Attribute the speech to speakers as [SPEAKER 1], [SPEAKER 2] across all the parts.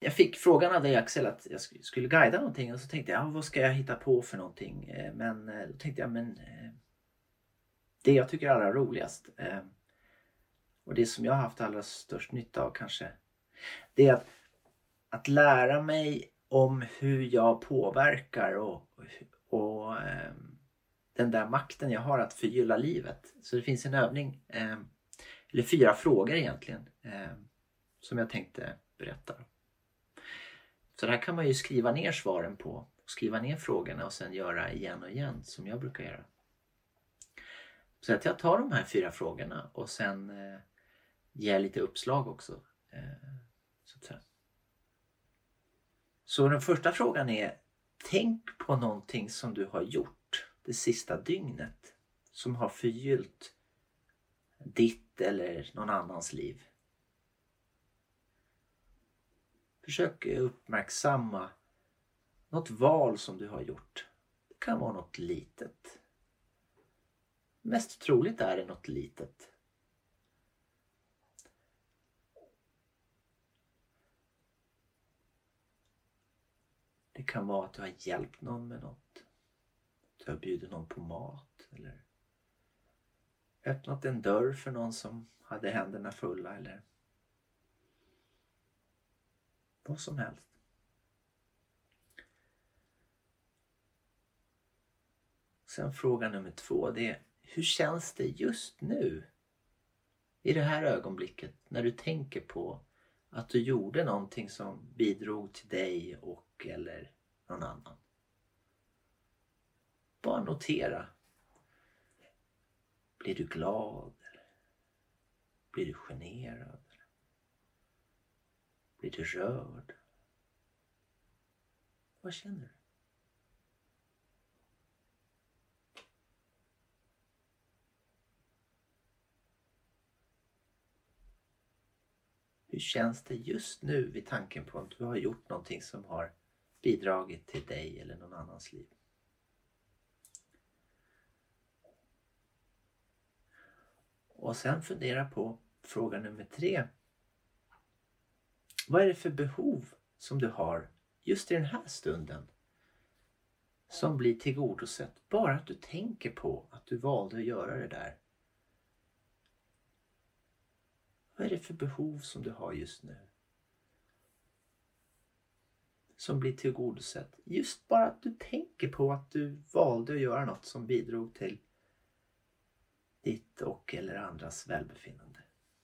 [SPEAKER 1] jag fick frågan av dig Axel att jag skulle guida någonting och så tänkte jag, vad ska jag hitta på för någonting? Men då tänkte jag, det jag tycker är allra roligast och det som jag har haft allra störst nytta av kanske, det är att lära mig om hur jag påverkar och den där makten jag har att förgylla livet. Så det finns en övning, eller 4 frågor egentligen, som jag tänkte berätta. Så här kan man ju skriva ner svaren på, skriva ner frågorna och sen göra igen och igen som jag brukar göra. Så att jag tar de här 4 frågorna och sen ger lite uppslag också. Så den första frågan är, tänk på någonting som du har gjort det sista dygnet som har förgyllt ditt eller någon annans liv. Försök uppmärksamma något val som du har gjort. Det kan vara något litet. Mest troligt är det något litet. Det kan vara att du har hjälpt någon med något. Du har bjudit någon på mat eller öppnat en dörr för någon som hade händerna fulla eller vad som helst. Sen fråga nummer 2, det är, hur känns det just nu i det här ögonblicket när du tänker på att du gjorde någonting som bidrog till dig och eller någon annan? Bara notera. Blir du glad? Eller blir du generad? Eller blir du rörd? Vad känner du? Hur känns det just nu vid tanken på att du har gjort någonting som har bidragit till dig eller någon annans liv? Och sen fundera på fråga nummer 3. Vad är det för behov som du har just i den här stunden som blir tillgodosett bara att du tänker på att du valde att göra det där? Vad är det för behov som du har just nu som blir tillgodosett? Just bara att du tänker på att du valde att göra något som bidrog till ditt och eller andras välbefinnande.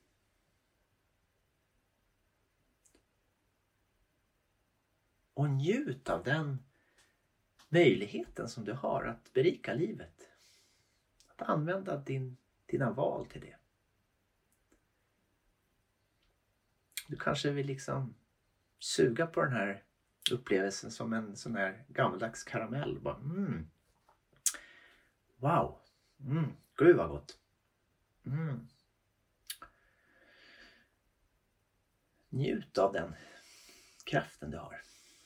[SPEAKER 1] Och njut av den möjligheten som du har att berika livet. Att använda dina val till det. Du kanske vill liksom suga på den här upplevelsen som en sån här gammaldags karamell. Bara, wow, gud vad gott. Njut av den kraften du har.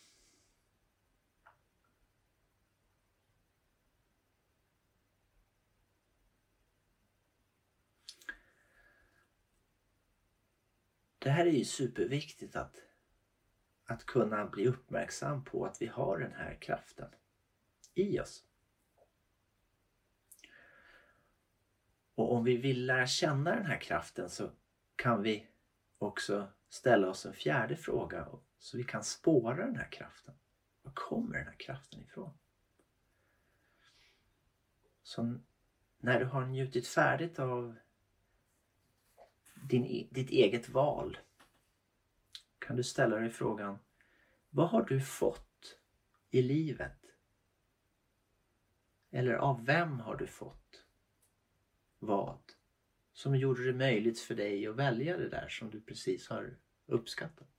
[SPEAKER 1] Det här är ju superviktigt att kunna bli uppmärksam på att vi har den här kraften i oss. Och om vi vill lära känna den här kraften så kan vi också ställa oss en 4:e fråga så vi kan spåra den här kraften. Var kommer den här kraften ifrån? Så när du har njutit färdigt av ditt eget val kan du ställa dig frågan, vad har du fått i livet? Eller av vem har du fått vad som gjorde det möjligt för dig att välja det där som du precis har uppskattat?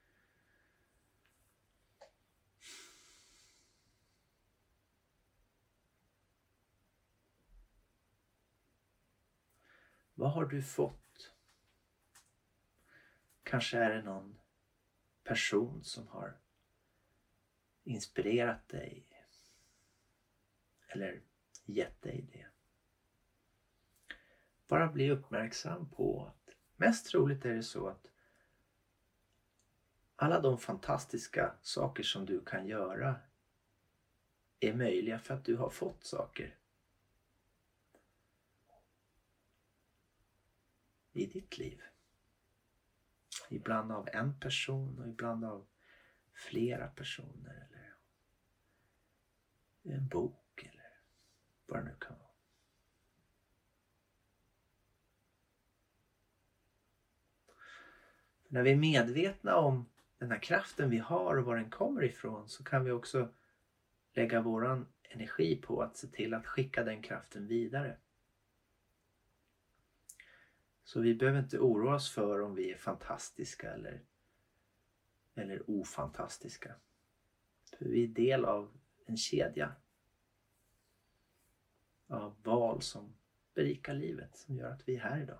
[SPEAKER 1] Vad har du fått? Kanske är det någon person som har inspirerat dig eller gett dig det. Bara bli uppmärksam på att mest troligt är det så att Alla de fantastiska saker som du kan göra är möjliga för att du har fått saker i ditt liv. Ibland av en person och ibland av flera personer eller en bok eller vad det nu kan vara. När vi är medvetna om den här kraften vi har och var den kommer ifrån, så kan vi också lägga våran energi på att se till att skicka den kraften vidare. Så vi behöver inte oroa oss för om vi är fantastiska eller ofantastiska. För vi är del av en kedja av val som berikar livet, som gör att vi är här idag.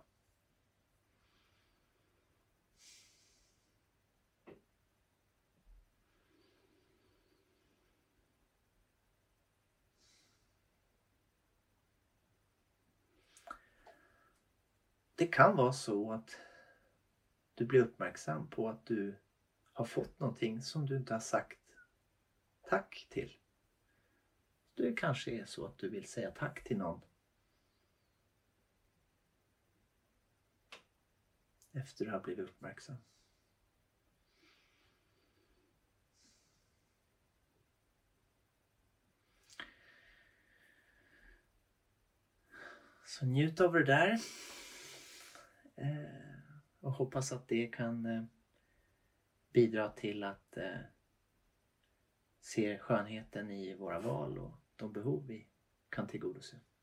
[SPEAKER 1] Det kan vara så att du blir uppmärksam på att du har fått någonting som du inte har sagt tack till. Det kanske är så att du vill säga tack till någon efter du har blivit uppmärksam. Så njut av det där. Och hoppas att det kan bidra till att se skönheten i våra val och de behov vi kan tillgodose.